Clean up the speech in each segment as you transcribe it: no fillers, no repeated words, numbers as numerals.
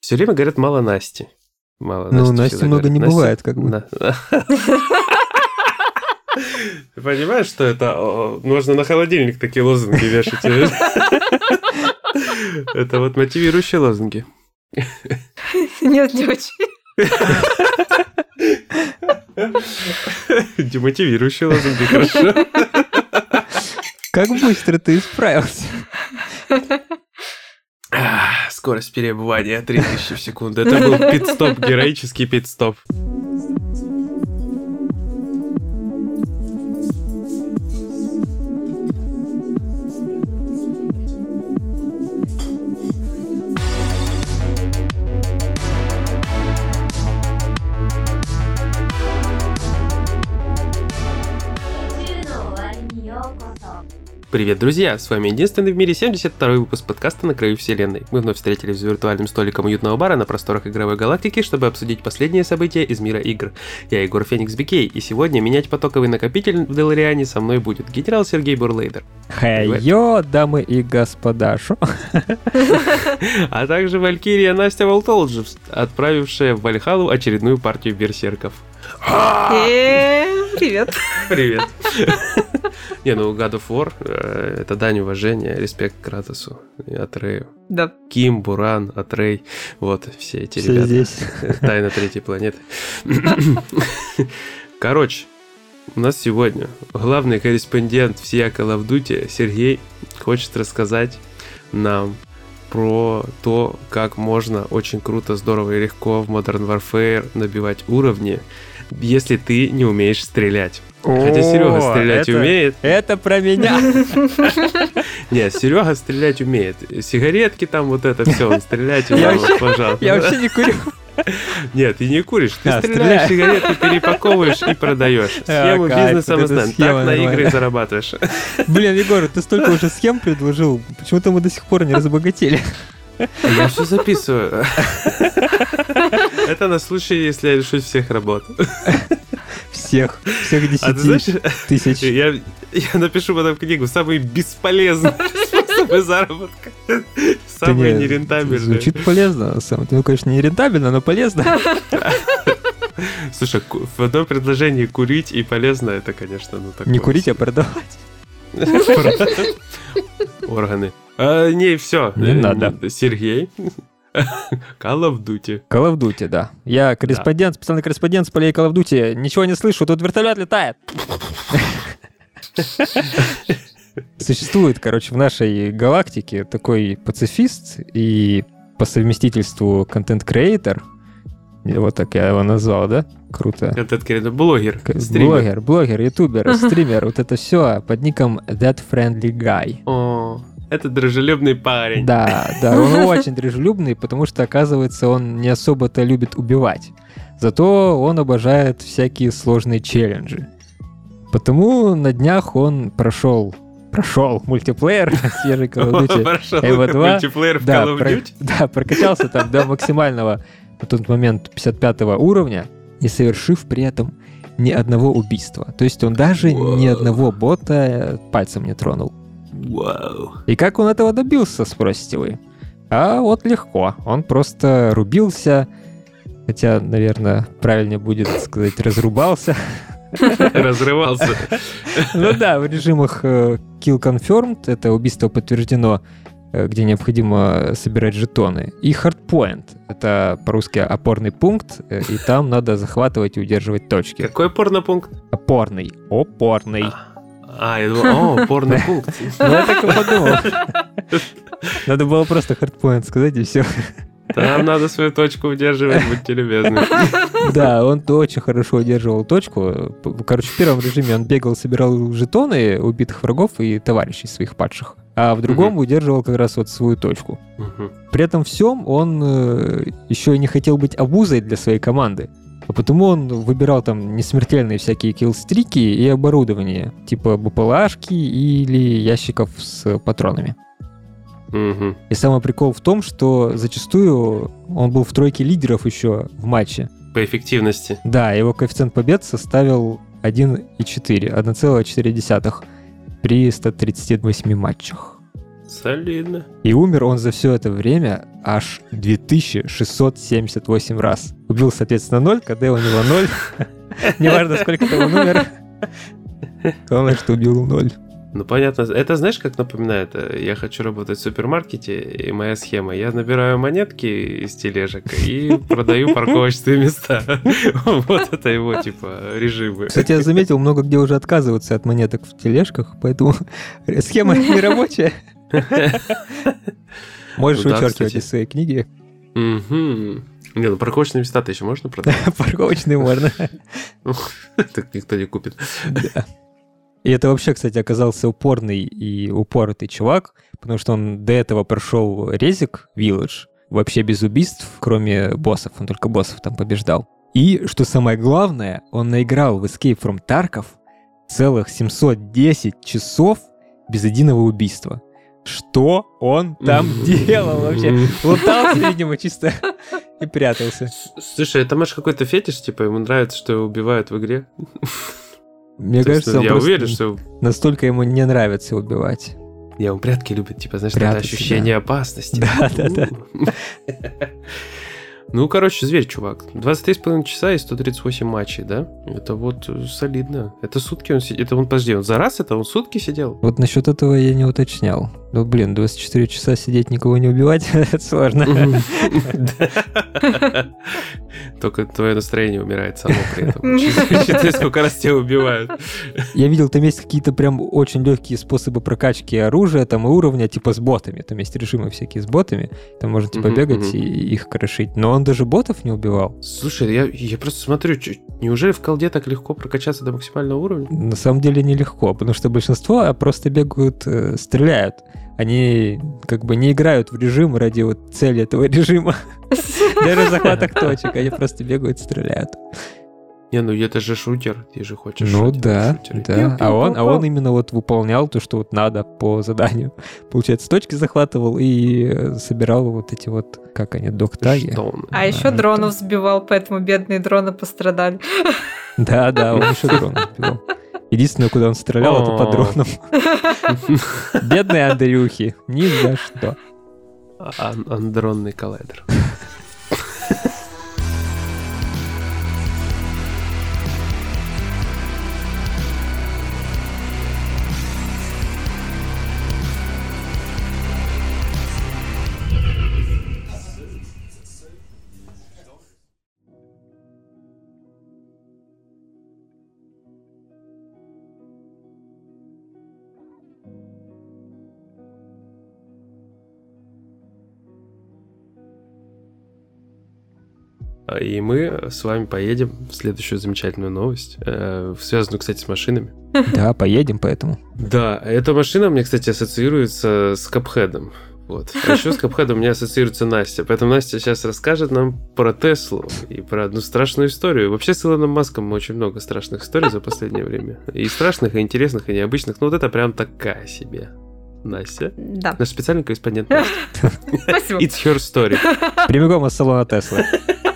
Все время говорят мало Насти. Мало Ну, Насти много не бывает, как бы. Ты понимаешь, что это... Можно на холодильник такие лозунги вешать. Это вот мотивирующие лозунги. Нет, не очень. Демотивирующие лозунги, хорошо. Как быстро ты исправился. Скорость перебывания 3000 в секунду. Это был пит-стоп, героический пит-стоп. Привет, друзья! С вами единственный в мире 72-й выпуск подкаста «На краю вселенной». Мы вновь встретились за виртуальным столиком уютного бара на просторах игровой галактики, чтобы обсудить последние события из мира игр. Я Егор Феникс Бикей, и сегодня менять потоковый накопитель в Делариане со мной будет генерал Сергей Бурлейдер. Хей-йо, дамы и господа, шо? А также Валькирия Настя Волтолджевс, отправившая в Вальхалу очередную партию берсерков. Привет. Привет. Не, ну God of War — это дань уважения, респект Кратосу и Атрею. Да. Ким, Буран, Атрей, вот все эти Все ребята. здесь. Тайна третьей планеты. Короче, у нас сегодня главный корреспондент всея Call of Duty Сергей хочет рассказать нам про то, как можно очень круто, здорово и легко в Modern Warfare набивать уровни, если ты не умеешь стрелять. Хотя Серега стрелять умеет. Это про меня. Нет, Серега стрелять умеет. Сигаретки там, вот это все, он стрелять умеет, пожалуйста. Я вообще не курю. Нет, ты не куришь, ты стреляешь, сигареты перепаковываешь и продаешь. Схему бизнеса мы знаем, так на игры зарабатываешь. Блин, Егор, ты столько уже схем предложил, почему-то мы до сих пор не разбогатели. Я все записываю. Это на случай, если я лишусь всех работ. Всех 10 тысяч. Я напишу потом книгу «Самые бесполезные способы заработка». Самые нерентабельные. Звучит полезно. Ну, конечно, не рентабельно, но полезно. Слушай, в одном предложении курить и полезно, это, конечно, ну такое. Не курить, а продавать. Органы. Не, все. Не надо. Сергей. Call of Duty. Call of Duty, да. Я корреспондент, специальный корреспондент с полей Call of Duty. Ничего не слышу, тут вертолет летает. Существует, короче, в нашей галактике такой пацифист и по совместительству контент-креатор. Вот так я его назвал, да? Круто. Контент-креатор, блогер. Блогер, ютубер, стример. Вот это все под ником That Friendly Guy. О, это дружелюбный парень. Да, он очень дружелюбный, потому что, оказывается, он не особо-то любит убивать. Зато он обожает всякие сложные челленджи. Потому на днях он прошел мультиплеер свежей Call of Duty. Прошел Evo 2. мультиплеер в Call of Duty? Да, прокачался там до максимального на тот момент 55-го уровня, не совершив при этом ни одного убийства. То есть он даже ни одного бота пальцем не тронул. Вау. И как он этого добился, спросите вы? А вот легко. Он просто рубился, хотя, наверное, правильнее будет сказать, разрубался. Разрывался. Ну да, в режимах Kill Confirmed, это убийство подтверждено, где необходимо собирать жетоны. И Hardpoint, это по-русски опорный пункт, и там надо захватывать и удерживать точки. Какой порнопункт? Опорный. Я думал, опорный пункт. Ну, я так и подумал. Надо было просто Hardpoint сказать, и все. Там надо свою точку удерживать, будьте любезны. Да, он очень хорошо удерживал точку. Короче, в первом режиме он бегал, собирал жетоны убитых врагов и товарищей своих падших. А в другом удерживал как раз вот свою точку. При этом всем он еще и не хотел быть обузой для своей команды. А потому он выбирал там несмертельные всякие киллстрики и оборудование, типа БПЛАшки или ящиков с патронами. И самый прикол в том, что зачастую он был в тройке лидеров еще в матче. По эффективности. Да, его коэффициент побед составил 1,4 при 138 матчах. Солидно. И умер он за все это время аж 2678 раз. Убил, соответственно, 0, когда у него 0. Неважно, сколько там он умер. Главное, что убил 0. Ну, понятно. Это знаешь, как напоминает? Я хочу работать в супермаркете, и моя схема. Я набираю монетки из тележек и продаю парковочные места. Вот это его, типа, режимы. Кстати, я заметил, много где уже отказываются от монеток в тележках, поэтому схема не рабочая. Можешь вычеркивать из своей книги. Не, ну парковочные места-то еще можно продать? Парковочные можно. Так никто не купит. Да. И это вообще, кстати, оказался упорный и упоротый чувак, потому что он до этого прошел Резик Village, вообще без убийств, кроме боссов. Он только боссов там побеждал. И, что самое главное, он наиграл в Escape from Tarkov целых 710 часов без единого убийства. Что он там делал вообще? Лутался, видимо, чисто и прятался. Слушай, это, может, какой-то фетиш, типа, ему нравится, что его убивают в игре? Мне кажется, я уверен, что настолько ему не нравится убивать. Не, он прятки любит, типа, знаешь, это ощущение опасности. Да. Ну, короче, зверь, чувак. 23,5 часа и 138 матчей, да? Это вот солидно. Это сутки он сидел. Это он, подожди, он за раз это? Он сутки сидел? Вот насчет этого я не уточнял. Ну, 24 часа сидеть, никого не убивать, это сложно. Только твое настроение умирает само при этом. Считай, сколько раз тебя убивают. Я видел, там есть какие-то прям очень легкие способы прокачки оружия там и уровня, типа с ботами. Там есть режимы всякие с ботами. Там можно типа бегать и их крошить. Но он даже ботов не убивал. Слушай, я просто смотрю, неужели в колде так легко прокачаться до максимального уровня? На самом деле нелегко, потому что большинство просто бегают, стреляют. Они как бы не играют в режим ради вот цели этого режима. Даже захватах точек. Они просто бегают, стреляют. Не, ну это же шутер, ты же хочешь. Ну да. А он именно вот выполнял то, что вот надо по заданию. Получается, точки захватывал и собирал вот эти вот, как они, доктаги. А еще дронов сбивал, поэтому бедные дроны пострадали. Да, он еще дронов сбивал. Единственное, куда он стрелял, это по дронам. Бедные Андрюхи. Ни за что. Андронный коллайдер. И мы с вами поедем в следующую замечательную новость, связанную, кстати, с машинами. Да, поедем поэтому. Да, эта машина мне, кстати, ассоциируется с Капхедом. Вот. А еще с Капхедом у меня ассоциируется Настя. Поэтому Настя сейчас расскажет нам про Теслу и про одну страшную историю. Вообще с Илоном Маском очень много страшных историй за последнее время. И страшных, и интересных, и необычных. Но вот это прям такая себе. Настя. Да. Наш специальный корреспондент Настя. Спасибо. It's her story. Прямиком из салона Теслы.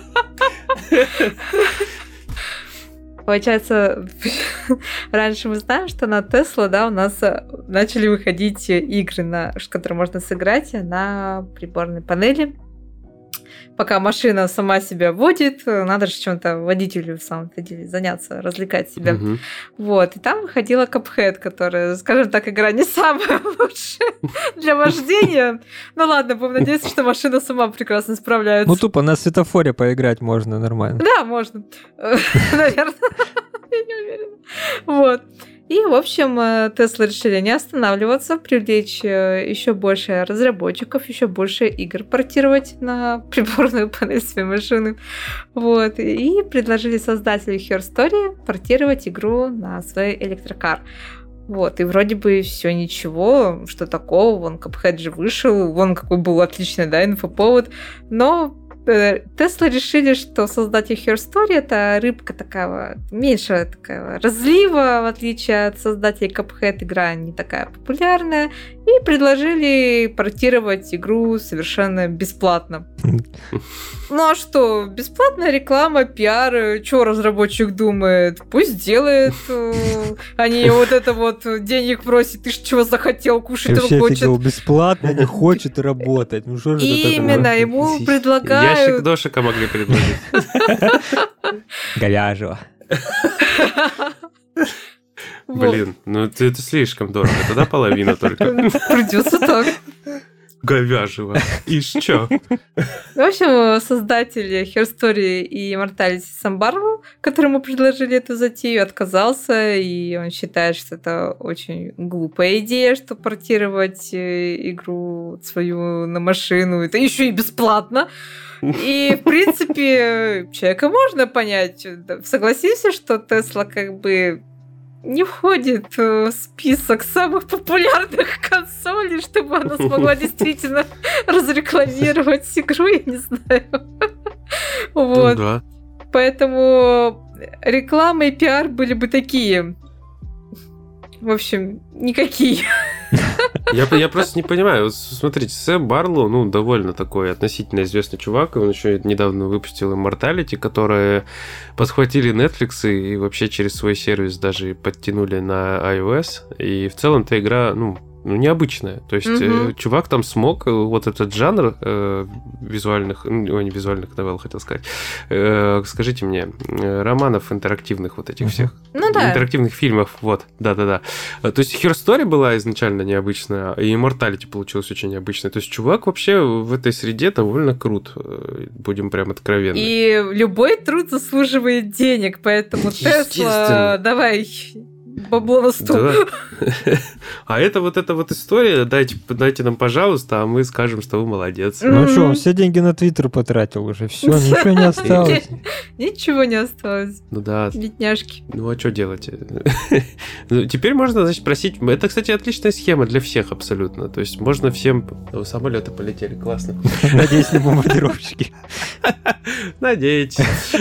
Получается, раньше мы знаем, что на Tesla, да, у нас начали выходить игры, которые можно сыграть на приборной панели. Пока машина сама себя водит, надо же чем-то водителю, в самом-то деле, заняться, развлекать себя. Угу. Вот. И там выходила Cuphead, которая, скажем так, игра не самая лучшая для вождения. Ну ладно, будем надеяться, что машина сама прекрасно справляется. Ну тупо на светофоре поиграть можно нормально. Да, можно. Наверное. Я не уверена. Вот. И, в общем, Tesla решили не останавливаться, привлечь еще больше разработчиков, еще больше игр портировать на приборную панель своей машины. Вот. И предложили создателю Her Story портировать игру на свой электрокар. Вот, и вроде бы все ничего, что такого, вон Cuphead же вышел, вон какой был отличный, да, инфоповод, но Tesla решили, что создатель Her Story — это рыбка такая, меньше такая разлива, в отличие от создателей Cuphead, игра не такая популярная, и предложили портировать игру совершенно бесплатно. Ну а что, бесплатная реклама, пиар, что разработчик думает? Пусть делает, а не вот это вот денег просит, ты ж чего захотел, кушать он Вообще хочет. это бесплатно, не хочет работать. Ну что же это такое? Именно, ему Ящик предлагают... дошика могли предложить. Говяжьего. Блин, ну это слишком дорого. Тогда половина только. Придется так. Говяжьего. И чё? В общем, создатель Her Story и Immortality Сэм Барлоу, которому предложили эту затею, отказался, и он считает, что это очень глупая идея, что портировать игру свою на машину, это еще и бесплатно. И, в принципе, человека можно понять. Согласился, что Tesla как бы не входит в список самых популярных консолей, чтобы она смогла действительно разрекламировать игру, я не знаю. Вот. Да. Поэтому реклама и пиар были бы такие. В общем, никакие. Я просто не понимаю. Вот смотрите, Сэм Барлоу, ну, довольно такой относительно известный чувак. Он еще недавно выпустил Immortality, которые подхватили Netflix и вообще через свой сервис даже подтянули на iOS. И в целом-то игра, ну, необычная. То есть чувак там смог вот этот жанр визуальных, не визуальных новелл, хотел сказать. Скажите мне, романов интерактивных вот этих всех. Ну да. Интерактивных фильмов, вот, да-да-да. То есть Her Story была изначально необычная, и Immortality получилась очень необычная. То есть чувак вообще в этой среде довольно крут, будем прям откровенны. И любой труд заслуживает денег, поэтому Tesla, давай... бабло на стол. Да. А это вот история, дайте нам, пожалуйста, а мы скажем, что вы молодец. Ну что, он все деньги на Твиттер потратил уже, все, ничего не осталось. Ничего не осталось. Ну да. Бедняжки. Ну а что делать? Теперь можно, значит, просить... Это, кстати, отличная схема для всех абсолютно. То есть можно всем... Самолеты полетели, классно. Надеюсь, на бомбардировщики. Надеюсь.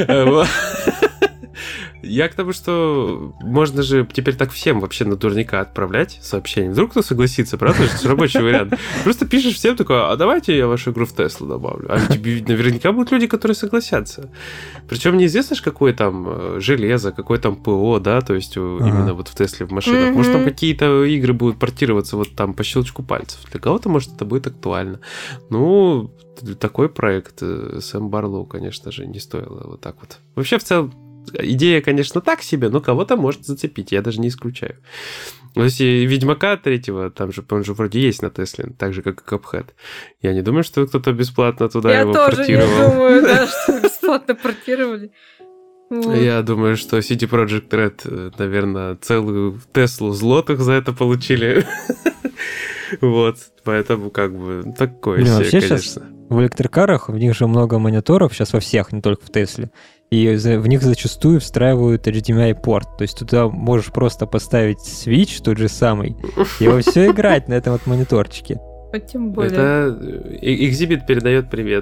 Я к тому, что можно же теперь так всем вообще на дурника отправлять сообщения. Вдруг кто согласится, правда? Это же рабочий вариант. Просто пишешь всем такое, а давайте я вашу игру в Теслу добавлю. А ведь наверняка будут люди, которые согласятся. Причем неизвестно ж, какое там железо, какое там ПО, да, то есть именно вот в Тесле, в машинах. Может, там какие-то игры будут портироваться вот там по щелчку пальцев. Для кого-то, может, это будет актуально. Ну, такой проект Сэм Барлоу, конечно же, не стоило вот так вот. Вообще, в целом, идея, конечно, так себе, но кого-то может зацепить, я даже не исключаю. Если Ведьмака 3-го, там же, он же вроде есть на Тесле, так же, как и Cuphead. Я не думаю, что кто-то бесплатно туда его портировал. Я тоже не думаю, да, что бесплатно портировали. Вот. Я думаю, что CD Projekt Red, наверное, целую Теслу злотых за это получили. Вот, поэтому как бы такое себе, конечно. В электрокарах, в них же много мониторов, сейчас во всех, не только в Тесле, и в них зачастую встраивают HDMI-порт, то есть туда можешь просто поставить Switch тот же самый, и во все играть на этом вот мониторчике. Вот тем более. Это Exhibit передает привет.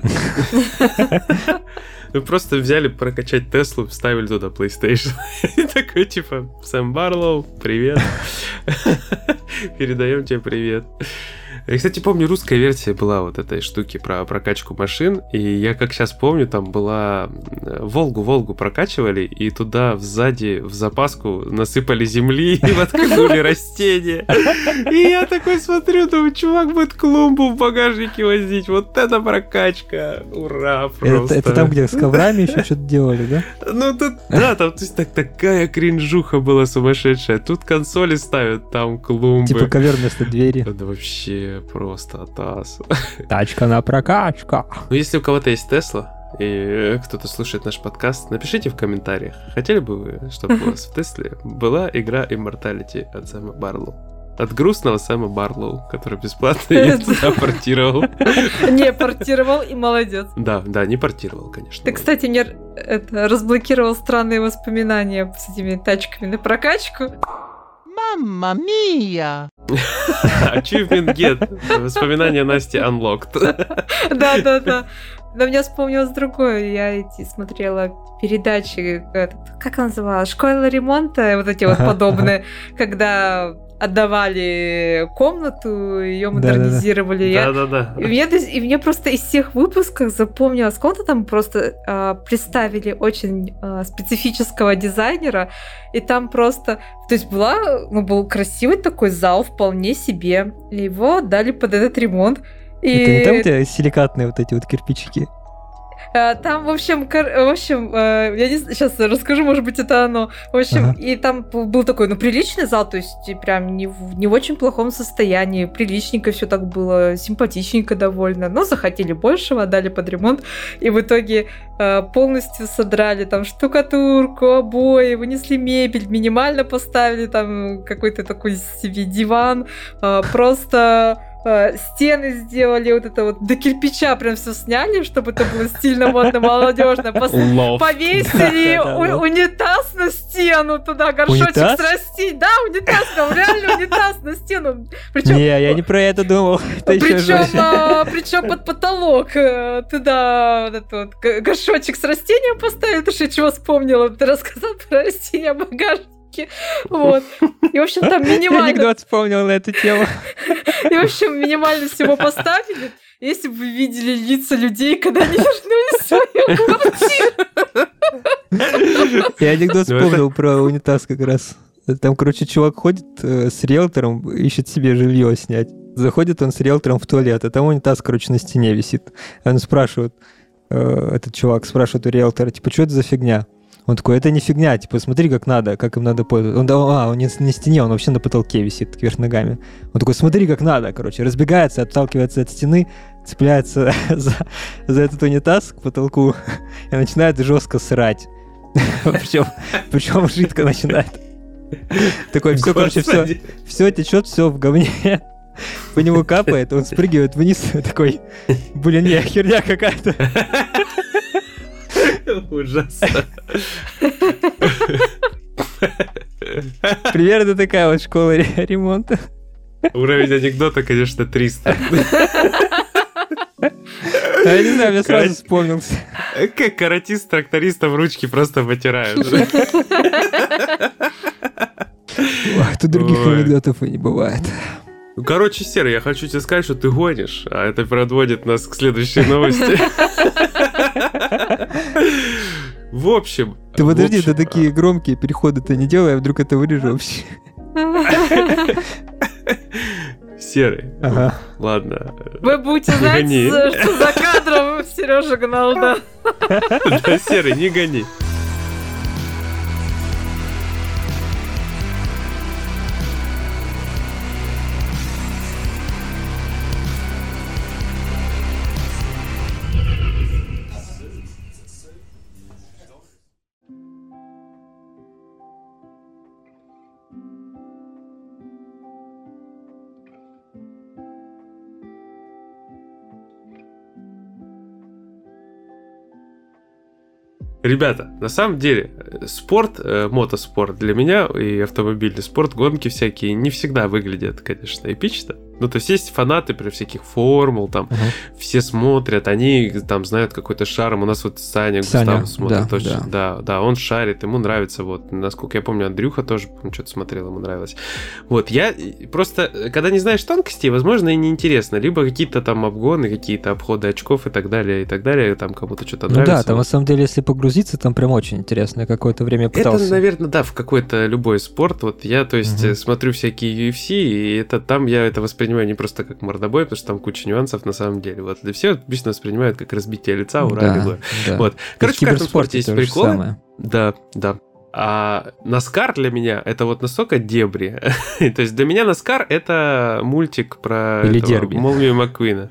Вы просто взяли прокачать Теслу, вставили туда PlayStation. И такой, типа, Сэм Барлоу, привет. Передаем тебе привет. Я, кстати, помню, русская версия была вот этой штуки про прокачку машин, и я как сейчас помню, там была Волгу прокачивали, и туда сзади в запаску насыпали земли и воткнули растения. И я такой смотрю, думаю, чувак будет клумбу в багажнике возить, вот это прокачка, ура, просто. Это там, где с коврами еще что-то делали, да? Ну тут, да, там то есть, такая кринжуха была сумасшедшая, тут консоли ставят, там клумбы. Типа ковер вместо двери. Да вообще просто атас. Тачка на прокачка. Ну, если у кого-то есть Тесла, и кто-то слушает наш подкаст, напишите в комментариях, хотели бы вы, чтобы у вас в Тесле была игра Immortality от Сэма Барлоу? От грустного Сэма Барлоу, который бесплатно ее туда портировал. Не портировал и молодец. Да, не портировал, конечно. Ты, кстати, мне разблокировал странные воспоминания с этими тачками на прокачку. Мамма мия! Achievement Get. Воспоминания Насти Unlocked. Да. Но мне вспомнилось другое. Я смотрела передачи, как она называлась, «Школа ремонта», вот эти вот подобные, когда отдавали комнату, ее модернизировали. Да-да-да. И мне просто из всех выпусков запомнилось, кого-то там просто представили очень специфического дизайнера, и там просто... То есть был красивый такой зал, вполне себе. И его отдали под этот ремонт. И... Это не там, где силикатные вот эти вот кирпичики? Там, в общем, я не знаю, сейчас расскажу, может быть, это оно. В общем, и там был такой, приличный зал, то есть прям не в очень плохом состоянии, приличненько все так было, симпатичненько довольно, но захотели большего, отдали под ремонт, и в итоге полностью содрали там штукатурку, обои, вынесли мебель, минимально поставили там какой-то такой себе диван, просто... стены сделали, вот это вот до кирпича прям все сняли, чтобы это было стильно, модно, молодежно. Повесили унитаз на стену туда, горшочек с растением. Да, унитаз, там реально унитаз на стену. Не, я не про это думал. Причем под потолок туда вот этот вот горшочек с растением поставили. Ты что, чего вспомнила? Ты рассказал про растения багажника. Вот. И, в общем, там минимально... Анекдот вспомнил на эту тему. И, в общем, минимально всего поставили. Если бы вы видели лица людей, когда они вернулись в свою квартиру. Я анекдот вспомнил про унитаз как раз. Там, короче, чувак ходит с риэлтором, ищет себе жилье снять. Заходит он с риэлтором в туалет, а там унитаз, короче, на стене висит. Он спрашивает, этот чувак спрашивает у риэлтора, типа, что это за фигня? Он такой, это не фигня, типа, смотри, как надо, как им надо пользоваться. Он не на стене, он вообще на потолке висит кверх ногами. Он такой, смотри, как надо, короче, разбегается, отталкивается от стены, цепляется за этот унитаз к потолку и начинает жестко срать. Причем жидко начинает. Такой, все, короче, все течет, все в говне. По нему капает, он спрыгивает вниз, такой, блин, не, херня какая-то. Ужасно. Примерно такая вот школа ремонта. Уровень анекдота, конечно, 300. Я не знаю, мне сразу вспомнился. Как каратист трактористом ручки просто потирают. Тут других анекдотов и не бывает. Короче, Серый, я хочу тебе сказать, что ты гонишь, а это подводит нас к следующей новости. В общем... Ты подожди, ты такие громкие переходы-то не делай, а вдруг это вырежу вообще. Серый. Ага. Ладно. Вы будете знать, что за кадром Сережа гнал, да? Да, Серый, не гони. Ребята, на самом деле, спорт, мотоспорт для меня и автомобильный спорт, гонки всякие не всегда выглядят, конечно, эпично. Ну, то есть фанаты при всяких формул, там, все смотрят, они там знают какой-то шарм. У нас вот Саня Густав смотрит, да, точно. Да, он шарит, ему нравится, вот. Насколько я помню, Андрюха тоже что-то смотрел, ему нравилось. Вот, я просто, когда не знаешь тонкостей, возможно, и неинтересно. Либо какие-то там обгоны, какие-то обходы очков и так далее, там кому-то что-то нравится. Ну да, там на самом деле, если погрузиться, там прям очень интересно. Я какое-то время пытался. Это, наверное, да, в какой-то любой спорт. Вот я, то есть, смотрю всякие UFC, и это там я это воспринимаю не просто как мордобой, потому что там куча нюансов на самом деле. Вот. И все обычно воспринимают как разбитие лица, ура, аллилуйя. Да. Вот. Короче, в каждом спорте есть приколы. Самое. Да. А NASCAR для меня это вот настолько дебри. То есть для меня NASCAR это мультик про Молнию Маккуина.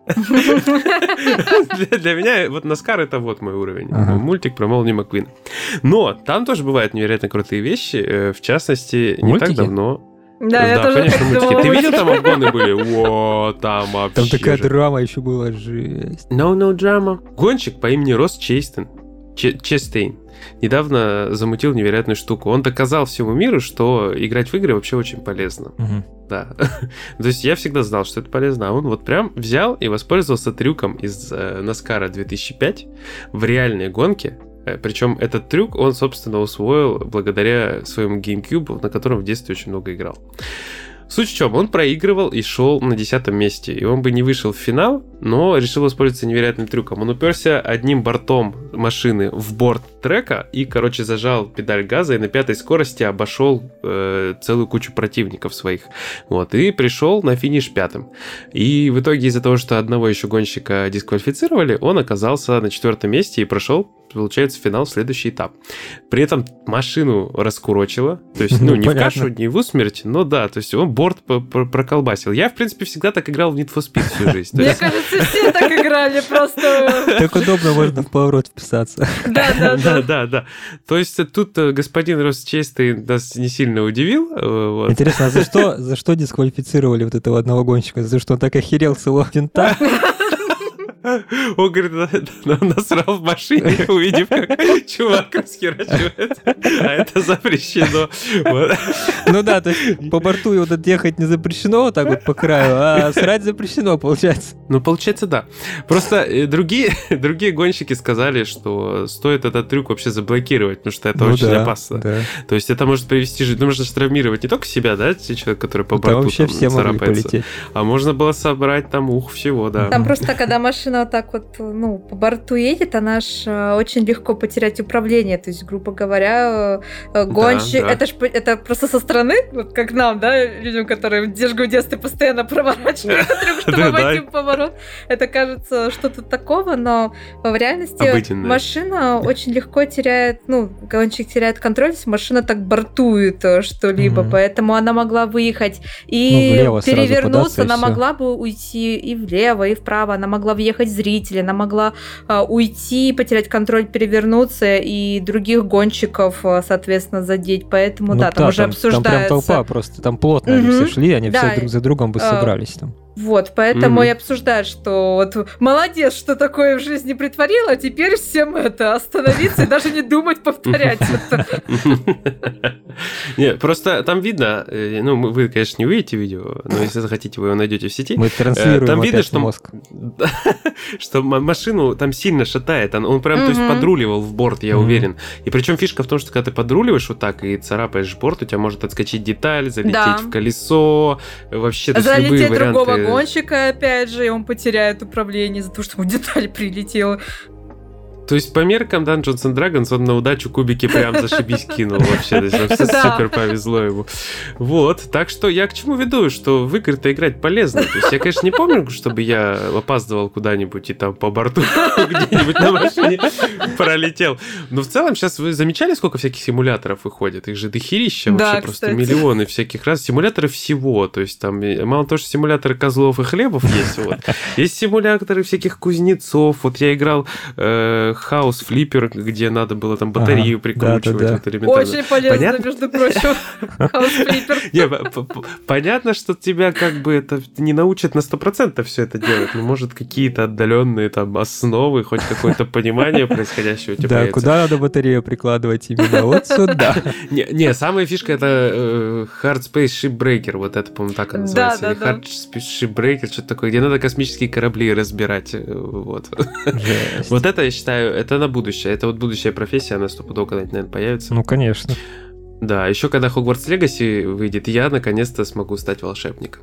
Для меня вот NASCAR это вот мой уровень. Мультик про Молнию Маккуина. Но там тоже бывают невероятно крутые вещи. В частности, не так давно... Да, я тоже конечно, мультики. Ты видел, там обгоны были? О, там вообще. Там такая драма еще была, жесть. No drama. Гонщик по имени Росс Честейн недавно замутил невероятную штуку. Он доказал всему миру, что играть в игры вообще очень полезно. Да. То есть я всегда знал, что это полезно, а он вот прям взял и воспользовался трюком из NASCAR 2005 в реальной гонке. Причем этот трюк он, собственно, усвоил благодаря своему GameCube, на котором в детстве очень много играл. Суть в чем? Он проигрывал и шел на 10-м месте. И он бы не вышел в финал, но решил воспользоваться невероятным трюком. Он уперся одним бортом машины в борт трека и, зажал педаль газа и на 5-й скорости обошел целую кучу противников своих. Вот. И пришел на финиш 5-м. И в итоге из-за того, что одного еще гонщика дисквалифицировали, он оказался на 4-м месте и прошел, получается, финал в следующий этап. При этом машину раскурочило. То есть, не в кашу, не в усмерть, но да, то есть он борт проколбасил. Я, в принципе, всегда так играл в Need for Speed всю жизнь. Мне кажется, все так играли, просто... Так удобно, можно в поворот вписаться. Да. То есть тут господин Росчестный нас не сильно удивил. Вот. Интересно, а за что дисквалифицировали вот этого одного гонщика? За то, что он так охерел с его винта? Он говорит, насрал в машине, увидев, как чувак расхерачивает. А это запрещено. Вот. Ну да, то есть по борту его ехать не запрещено, вот так вот по краю, а срать запрещено, получается. Ну, получается, да. Просто другие гонщики сказали, что стоит этот трюк вообще заблокировать, потому что это очень опасно. Да. То есть это может привести жизнь. Ну, можно же травмировать не только себя, да, человек, который по борту вообще все могли полететь. А можно было собрать там всего, да. Там просто, когда машина вот так вот, по борту едет, она ж очень легко потерять управление. То есть, грубо говоря, гонщик... Да. Это просто со стороны, вот как нам, да, людям, которые в детстве постоянно проворачивают трюк, чтобы войти в поворот. Это кажется что-то такого, но в реальности машина очень легко теряет, гонщик теряет контроль, если машина так бортует что-либо, поэтому она могла выехать и перевернуться, она могла бы уйти и влево, и вправо, она могла въехать в зрителя, она могла уйти, потерять контроль, перевернуться и других гонщиков, соответственно, задеть. Поэтому, там уже обсуждается. Там прям толпа просто, там плотно они все шли, они все друг за другом бы собрались там. Вот, поэтому и обсуждают, что вот молодец, что такое в жизни притворила, а теперь всем остановиться и даже не думать повторять это. Нет, просто там видно, вы, конечно, не увидите видео, но если захотите, вы его найдете в сети. Мы транслируем там видно, что мозг. Что машину там сильно шатает, он прям, то есть, подруливал в борт, я уверен. И причем фишка в том, что когда ты подруливаешь вот так и царапаешь борт, у тебя может отскочить деталь, залететь в колесо, вообще, то есть любые варианты. Гонщика, опять же, и он потеряет управление из-за того, что ему деталь прилетела. То есть по меркам Dungeons and Dragons он на удачу кубики прям зашибись кинул вообще. То есть супер повезло ему. Вот, так что я к чему веду, что в игры-то играть полезно. То есть я, конечно, не помню, чтобы я опаздывал куда-нибудь и там по борту где-нибудь на машине пролетел. Но в целом сейчас вы замечали, сколько всяких симуляторов выходит? Их же дохерища вообще, просто миллионы всяких раз. Симуляторы всего. То есть там мало того, что симуляторы козлов и хлебов есть. Есть симуляторы всяких кузнецов. Вот я играл House Flipper, где надо было там батарею прикручивать. Да. Очень полезно, между прочим. House Flipper. Понятно, что тебя это не научат на 100% все это делать, но может какие-то отдаленные там основы, хоть какое-то понимание происходящего у тебя появится. Да, куда надо батарею прикладывать именно? Вот сюда. Не, самая фишка это Hard Space Shipbreaker, вот это, по-моему, так и называется. Или Hard Space Shipbreaker, что-то такое, где надо космические корабли разбирать. Вот это, я считаю, это на будущее. Это вот будущая профессия, она стопудово когда-нибудь, наверное, появится. Ну, конечно. Да, еще когда Hogwarts Legacy выйдет, я наконец-то смогу стать волшебником.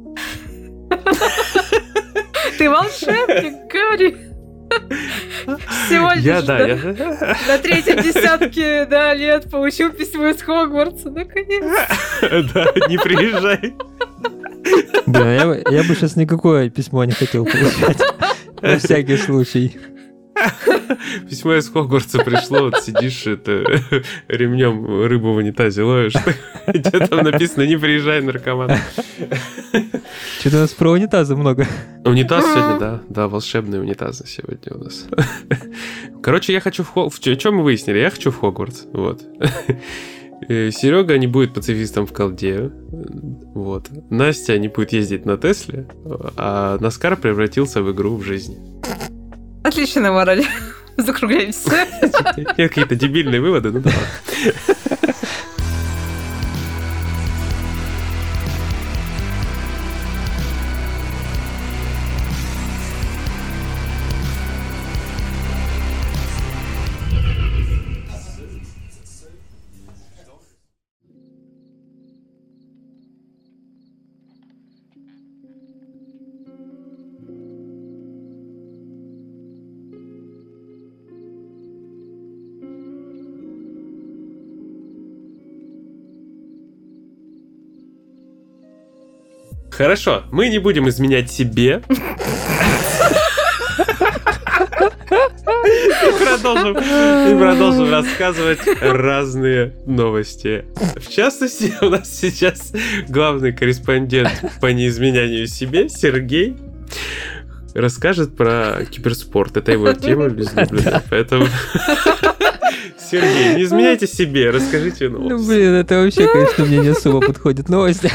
Ты волшебник, Гарри! Всего лишь на третьем десятке лет получил письмо из Хогвартса, наконец. Да, не приезжай. Да, я бы сейчас никакое письмо не хотел получать. На всякий случай. Письмо из Хогвартса пришло, вот сидишь, ремнем рыбу в унитазе ловишь. Где там написано: не приезжай, наркоман. Что-то у нас про унитазы много. Унитаз сегодня, да, волшебные унитазы сегодня у нас. Короче, я хочу Что мы выяснили? Я хочу в Хогвартс, вот. Серега не будет пацифистом в колде. Вот. Настя не будет ездить на Тесле, а Наскар превратился в игру в жизни. Отличная мораль. Закругляемся. Нет, какие-то дебильные выводы, ну да. Хорошо, мы не будем изменять себе. И продолжим рассказывать разные новости. В частности, у нас сейчас главный корреспондент по неизменянию себе, Сергей, расскажет про киберспорт. Это его тема безлюбленная. Поэтому, Сергей, не изменяйте себе, расскажите новости. Это вообще, конечно, мне не особо подходит новости.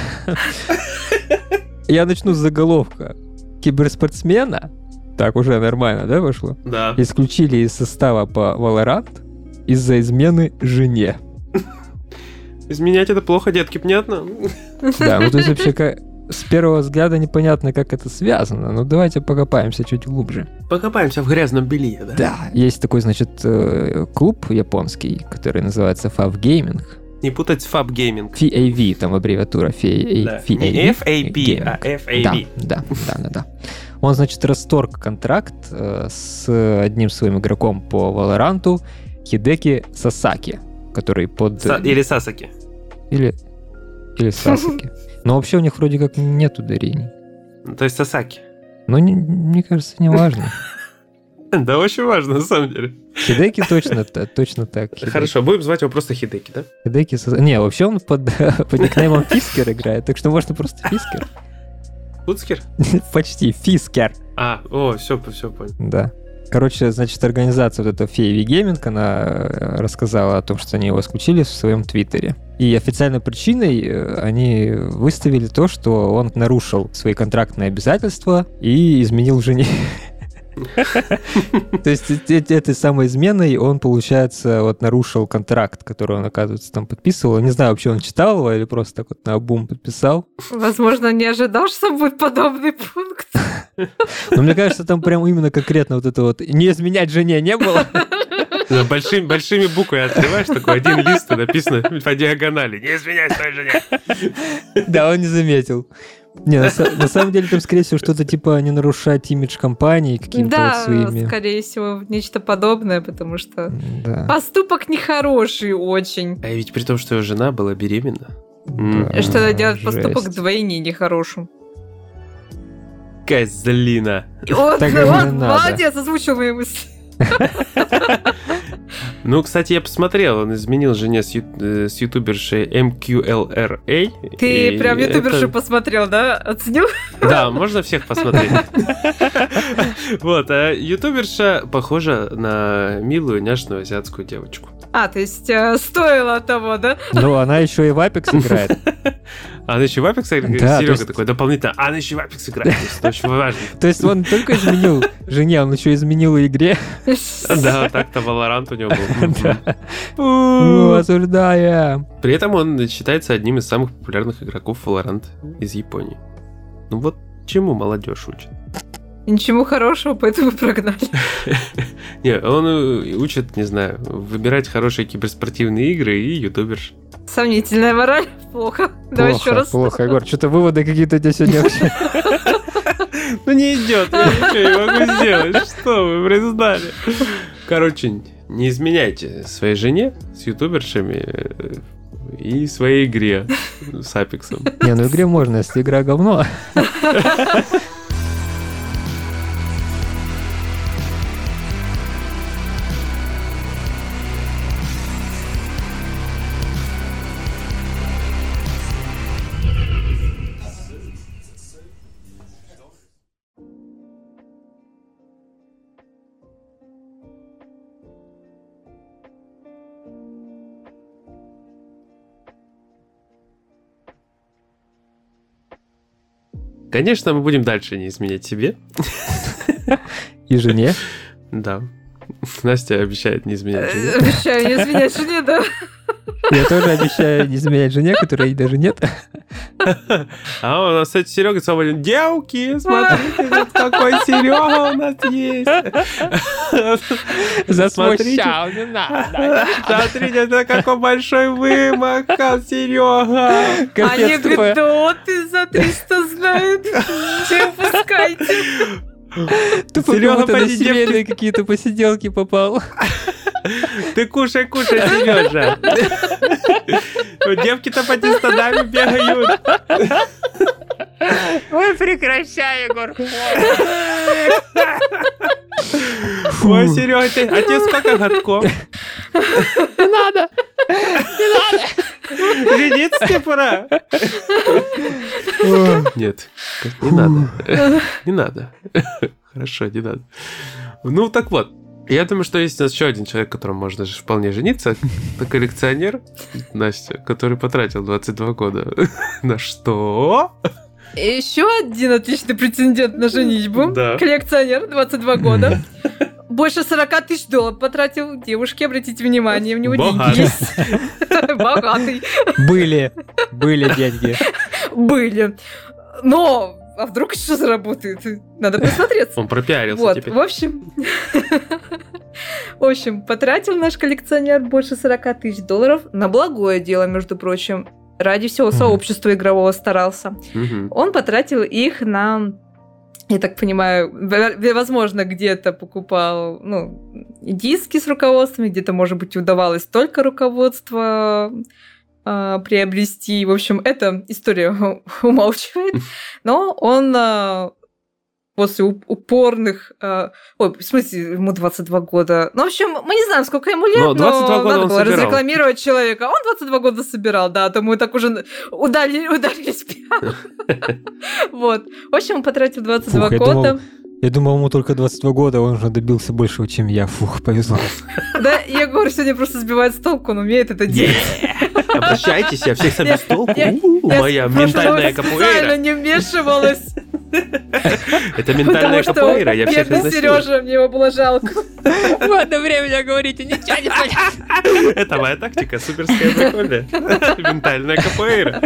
Я начну с заголовка. Киберспортсмена, так уже нормально, да, вышло? Да. Исключили из состава по Valorant из-за измены жене. Изменять это плохо, детки, понятно? Да, ну то есть вообще с первого взгляда непонятно, как это связано, но давайте покопаемся чуть глубже. Покопаемся в грязном белье, да? Да, есть такой, значит, клуб японский, который называется FAV Gaming. Не путать с Fab Gaming. FAV, там аббревиатура FAV. Да. Не FAP, а FAV. Да. Он, значит, расторг контракт с одним своим игроком по Valorantу, Хидеки Сасаки, который под... Или Сасаки. Или Сасаки. Но вообще у них вроде как нет ударений. То есть Сасаки. Но мне кажется, не важно. Да, очень важно, на самом деле. Хидеки точно так. Хидеки. Хорошо, будем звать его просто Хидеки, да? Хидеки Сасаки. Не, вообще он под никнеймом Фискер играет, так что можно просто Фискер. Луцкер? Почти, Фискер. Все понял. Да. Короче, значит, организация вот эта FAV Gaming, она рассказала о том, что они его исключили в своем твиттере. И официальной причиной они выставили то, что он нарушил свои контрактные обязательства и изменил жене. То есть этой самой изменой он, получается, вот нарушил контракт, который он, оказывается, там подписывал. Не знаю, вообще он читал его или просто так вот наобум подписал. Возможно, не ожидал, что будет подобный пункт. Но мне кажется, там прям именно конкретно вот это вот «не изменять жене» не было. Большими буквами открываешь, такой один лист, написано по диагонали «Не изменяй своей жене». Да, он не заметил. Не, на самом деле там, скорее всего, что-то типа не нарушать имидж компании какими-то вот своими... Да, скорее всего, нечто подобное, потому что поступок нехороший очень. А ведь при том, что его жена была беременна. И что это делает поступок вдвойне нехорошим. Козлина. Вот, молодец, озвучил мои мысли. Ну, кстати, я посмотрел, он изменил жене с ютубершей MQLRA. Ты прям ютубершу посмотрел, да? Оценил? Да, можно всех посмотреть. Вот, а ютуберша похожа на милую няшную азиатскую девочку. То есть стоило того, да? Ну, она еще и в Apex играет. Она еще в Apex играет? Да, Серега такой дополнительно. Она еще в Apex играет. Это очень важно. То есть он не только изменил жене, он еще изменил и игре. Да, так-то Valorant у него был. Осуждаем. При этом он считается одним из самых популярных игроков Valorant из Японии. Ну вот чему молодежь учит? Ничему хорошего, поэтому прогнали. Не, он учит, не знаю, выбирать хорошие киберспортивные игры и ютуберш. Сомнительная мораль. Плохо. Давай еще раз. Плохо, Егор. Что-то выводы какие-то у тебя сегодня вообще. Ну не идет, я ничего не могу сделать. Что вы признали? Короче, не изменяйте своей жене с ютубершами и своей игре с Апексом. Не, ну игре можно, если игра говно. Конечно, мы будем дальше не изменять себе. И жене. Да. Настя обещает не изменять жене. Обещаю не изменять жене, да. Я тоже обещаю не изменять жене, которой даже нет. А у нас, кстати, Серега свободен. Девки, смотрите, вот какой Серега у нас есть. Засмущал, не надо. Смотрите, это какой большой вымахал Серега. Анекдоты за 300 знают. Не упускайте. Тупо как-то на семейные какие-то посиделки попал. Ты кушай, Сережа. Девки-то по тестадами бегают. Ой, прекращай, Егор. Ой, Серега, а тебе сколько годков? Не надо. Жениться тебе пора. Нет, не надо. Не надо. Хорошо, не надо. Ну, так вот. Я думаю, что есть у нас еще один человек, которому можно же вполне жениться. Это коллекционер Настя, который потратил 22 года. На что? Еще один отличный претендент на женитьбу. Да. Коллекционер, 22 года. Больше 40 тысяч долларов потратил девушке, обратите внимание, у него деньги есть. Богатый. Были деньги. Были. Но, а вдруг еще заработает? Надо присмотреться. Он пропиарился Вот, теперь. в общем, потратил наш коллекционер больше 40 тысяч долларов на благое дело, между прочим. Ради всего сообщества игрового старался. Он потратил их на... Я так понимаю, возможно, где-то покупал диски с руководствами, где-то, может быть, удавалось только руководство приобрести. В общем, эта история умалчивает. Но он после упорных... в смысле, ему 22 года. Ну, в общем, мы не знаем, сколько ему лет, но 22 года надо он было собирал. разрекламировать человека. Он 22 года собирал, да, то мы так уже ударились пьяно. Вот. В общем, он потратил 22 года. Я думал, ему только 22 года, он уже добился большего, чем я. Фух, повезло. Да, Егор сегодня просто сбивает с толку, он умеет это делать. Обращайтесь, я всех собью с толку. Моя Я ментальная специально капуэйра. не вмешивалась. Это ментальная Потому что капуэйра, я всех бедный изнасилую. Сережа, мне его было жалко. В одно время говорите, ничего не понятно. Это моя тактика, суперская, прикольная. Ментальная капуэйра.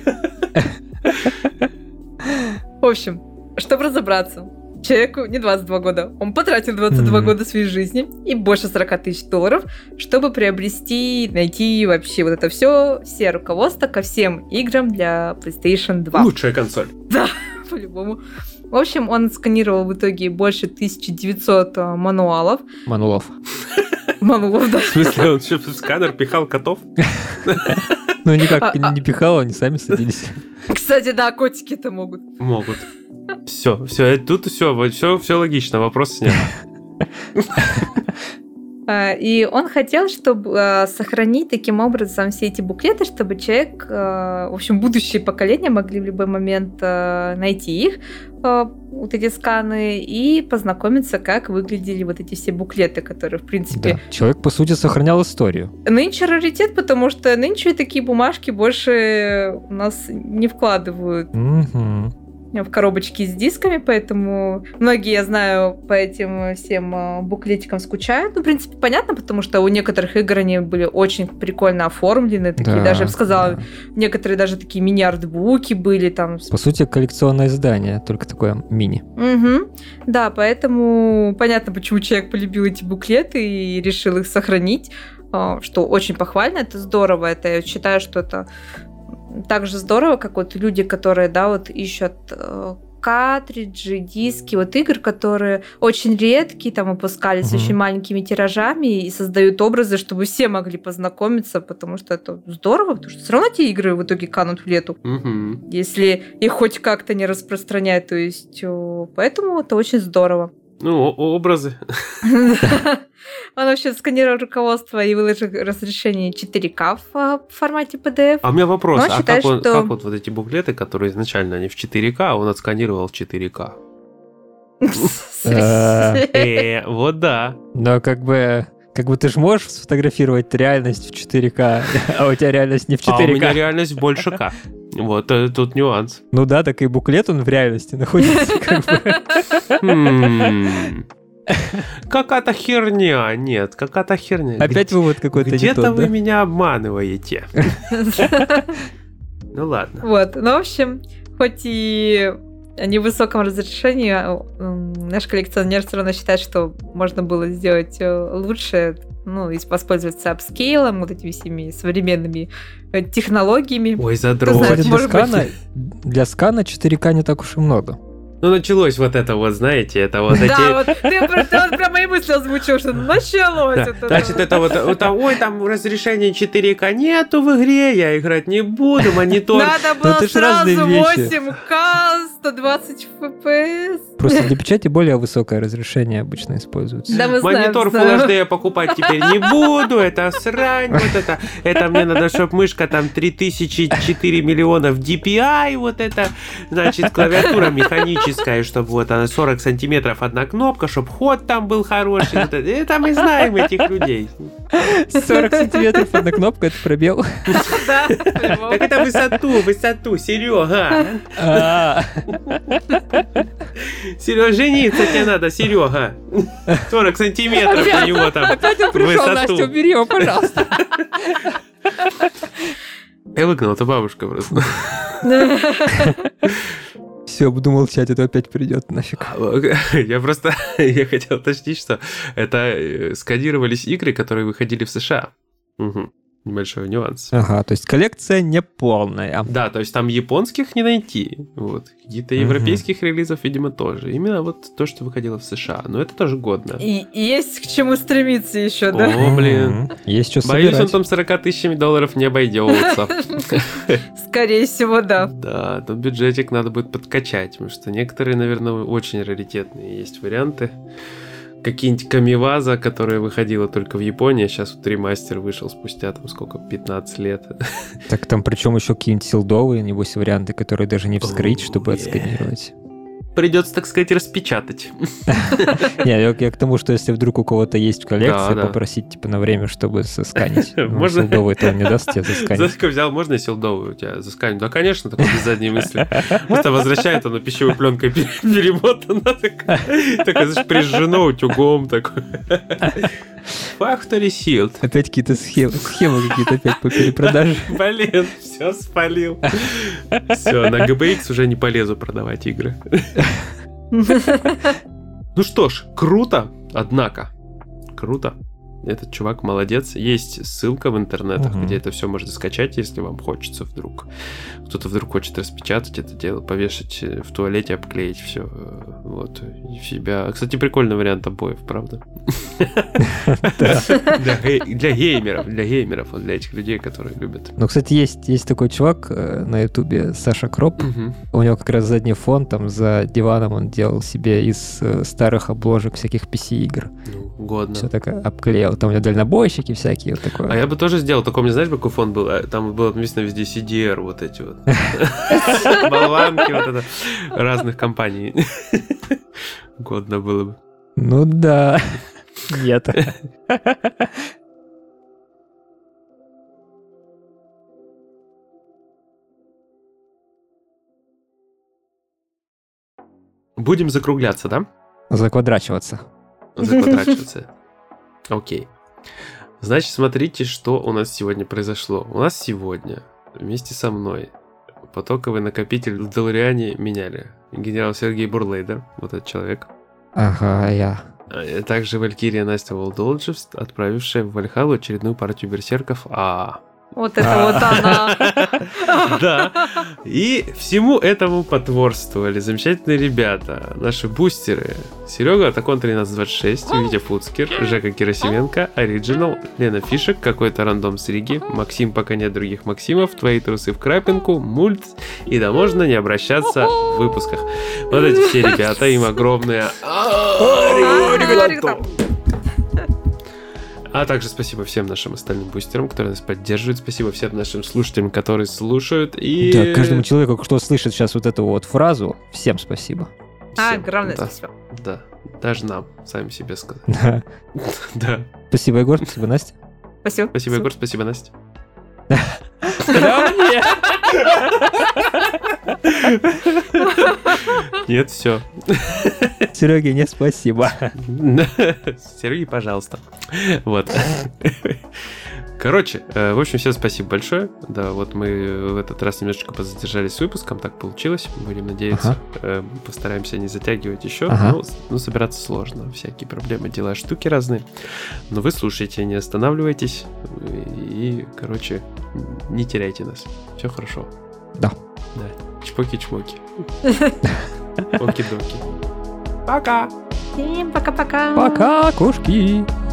В общем, чтобы разобраться, человеку не 22 года. Он потратил 22 года своей жизни и больше 40 тысяч долларов, чтобы приобрести, найти вообще вот это все руководства ко всем играм для PlayStation 2. Лучшая консоль. Да, по-любому. В общем, он сканировал в итоге больше 1900 мануалов. Манулов, Да. В смысле, он что, в сканер пихал котов? Ну, никак не пихал, они сами садились. Кстати, да, котики-то могут. Могут. Все, тут все логично, вопрос снят. И он хотел, чтобы сохранить таким образом все эти буклеты, чтобы человек, в общем, будущие поколения могли в любой момент найти их, вот эти сканы, и познакомиться, как выглядели вот эти все буклеты, которые, в принципе... Да. Человек, по сути, сохранял историю. Нынче раритет, потому что нынче такие бумажки больше у нас не вкладывают в коробочки с дисками, поэтому многие, я знаю, по этим всем буклетикам скучают. Ну, в принципе, понятно, потому что у некоторых игр они были очень прикольно оформлены, такие, даже, я бы сказала, некоторые даже такие мини-артбуки были там. По сути, коллекционное издание, только такое мини. Да, поэтому понятно, почему человек полюбил эти буклеты и решил их сохранить, что очень похвально, это здорово, это я считаю, что это так же здорово, как вот люди, которые, да, вот ищут картриджи, диски, вот игр, которые очень редкие, там выпускались очень маленькими тиражами и создают образы, чтобы все могли познакомиться, потому что это здорово, потому что все равно эти игры в итоге канут в лету, если их хоть как-то не распространять, то есть поэтому это очень здорово. Ну, образы. Он вообще сканировал руководство и выложил разрешение 4К в формате PDF. А у меня вопрос, а считает, как вот эти буклеты, которые изначально они в 4К, он отсканировал в 4К? Вот да. Но как бы ты же можешь сфотографировать реальность в 4К, а у тебя реальность не в 4К. А у меня реальность больше К. Вот тут нюанс. Ну да, так и буклет он в реальности находится. Какая-то херня, нет, какая-то херня. Опять вывод какой-то не тот, Где-то вы да? меня обманываете. Ну ладно. Вот, ну в общем, хоть и о невысоком разрешении, наш коллекционер все равно считает, что можно было сделать лучше, ну, и воспользоваться апскейлом, вот этими всеми современными технологиями. Ой, задрот. Кто знает, может быть... Для скана 4К не так уж и много. Ну, началось вот это вот, знаете, это вот эти... Да, вот ты прям мои мысли озвучил, что началось это. Значит, это вот, ой, там разрешение 4К нету в игре, я играть не буду, монитор... Надо было сразу 8К, 120 FPS. Просто для печати более высокое разрешение обычно используется. Да, мы знаем, Монитор Full HD я покупать теперь не буду, это срань, вот это мне надо, чтобы мышка там 3004 миллиона в DPI, вот это, значит, клавиатура механическая, чтобы вот она 40 сантиметров одна кнопка, чтобы ход там был хороший, вот это мы знаем этих людей. 40 сантиметров одна кнопка, это пробел. Да, Так это высоту, Серега. Серега, жениться тебе надо, Серега. 40 сантиметров у него там Опять он пришел, высоту. Настя, убери его, пожалуйста. Я выгнал, это бабушка просто. Все, буду молчать, это опять придет нафиг. Я хотел уточнить, что это сканировались игры, которые выходили в США. Угу. Небольшой нюанс. Ага, то есть коллекция не полная. Да, то есть там японских не найти. Вот. Какие-то европейских релизов, видимо, тоже. Именно вот то, что выходило в США. Но это тоже годно. И есть к чему стремиться еще, да? О, блин. Есть что Боюсь, собирать. он там 40 тысячами долларов не обойдется. Скорее всего, да. Да, тут бюджетик надо будет подкачать, потому что некоторые, наверное, очень раритетные есть варианты. Какие-нибудь Камиваза, которая выходила только в Японии, сейчас вот ремастер вышел спустя там сколько, 15 лет. Так там причем еще какие-нибудь силдовые, небось, варианты, которые даже не вскрыть, чтобы отсканировать. Придется, так сказать, распечатать. Не, я к тому, что если вдруг у кого-то есть в коллекции, Да. попросить типа на время, чтобы сосканить. Можно? Силдовый-то он не даст тебе засканить. Заска взял, можно силдовую у тебя засканить? Да, конечно, такой без задней мысли. Просто возвращает, оно пищевой пленкой перемотано. Такое, знаешь, прижжено утюгом такой. Factory Shield. Опять какие-то схемы какие-то опять по перепродаже. Блин, все спалил. Все, на GBX уже не полезу продавать игры. Ну что ж, круто, однако. Круто. Этот чувак молодец. Есть ссылка в интернетах, где это все можно скачать, если вам хочется вдруг. Кто-то вдруг хочет распечатать это дело, повешать в туалете, обклеить все. Вот. И себя. Кстати, прикольный вариант обоев, правда? Для геймеров, для этих людей, которые любят. Ну, кстати, есть такой чувак на ютубе, Саша Кроп. У него как раз задний фон, там за диваном он делал себе из старых обложек всяких PC-игр. Ну, годно. Все так обклеил. Там у него дальнобойщики всякие, вот такое. А я бы тоже сделал. Такой, мне знаешь, какой фон был? Там было написано везде CDR, вот эти вот. Болванки, вот это. Разных компаний. Годно было бы. Ну да. Нет. Будем закругляться, да? Заквадрачиваться. Заквадрачиваться. Окей. Значит, смотрите, что у нас сегодня произошло. У нас сегодня вместе со мной потоковый накопитель в Делориане меняли. Генерал Сергей Бурлейдер, вот этот человек. Ага, я. А также Валькирия Настя Волдолджевс, отправившая в Вальхалу очередную партию берсерков. Вот это вот она. Да. И всему этому потворствовали замечательные ребята, наши бустеры. Серега Атакон 1326, Витя Фуцкер, Жека Герасименко, Ориджинал, Лена Фишек, какой-то рандом с Риги, Максим, пока нет других Максимов, Твои трусы в крапинку, Мульт, и да можно не обращаться в выпусках. Вот эти все ребята, им огромное А также спасибо всем нашим остальным бустерам, которые нас поддерживают. Спасибо всем нашим слушателям, которые слушают. И... Да, каждому человеку, кто слышит сейчас вот эту вот фразу, всем спасибо. Огромное спасибо. Да, даже нам, сами себе сказать. Да. Да. Спасибо, Егор, спасибо, Настя. Спасибо. Спасибо, Егор, спасибо, Настя. Нет, все. Сереге не спасибо. Сергей, пожалуйста. Вот. Короче, в общем, всем спасибо большое. Да, вот мы в этот раз немножечко позадержались с выпуском, так получилось. Будем надеяться. Постараемся не затягивать еще. Ну, собираться сложно. Всякие проблемы, дела, штуки разные. Но вы слушайте, не останавливайтесь. И, короче, не теряйте нас. Все хорошо. Да. Да. Чпоки-чмоки. Оки-доки. Пока! Всем пока-пока! Пока, кошки!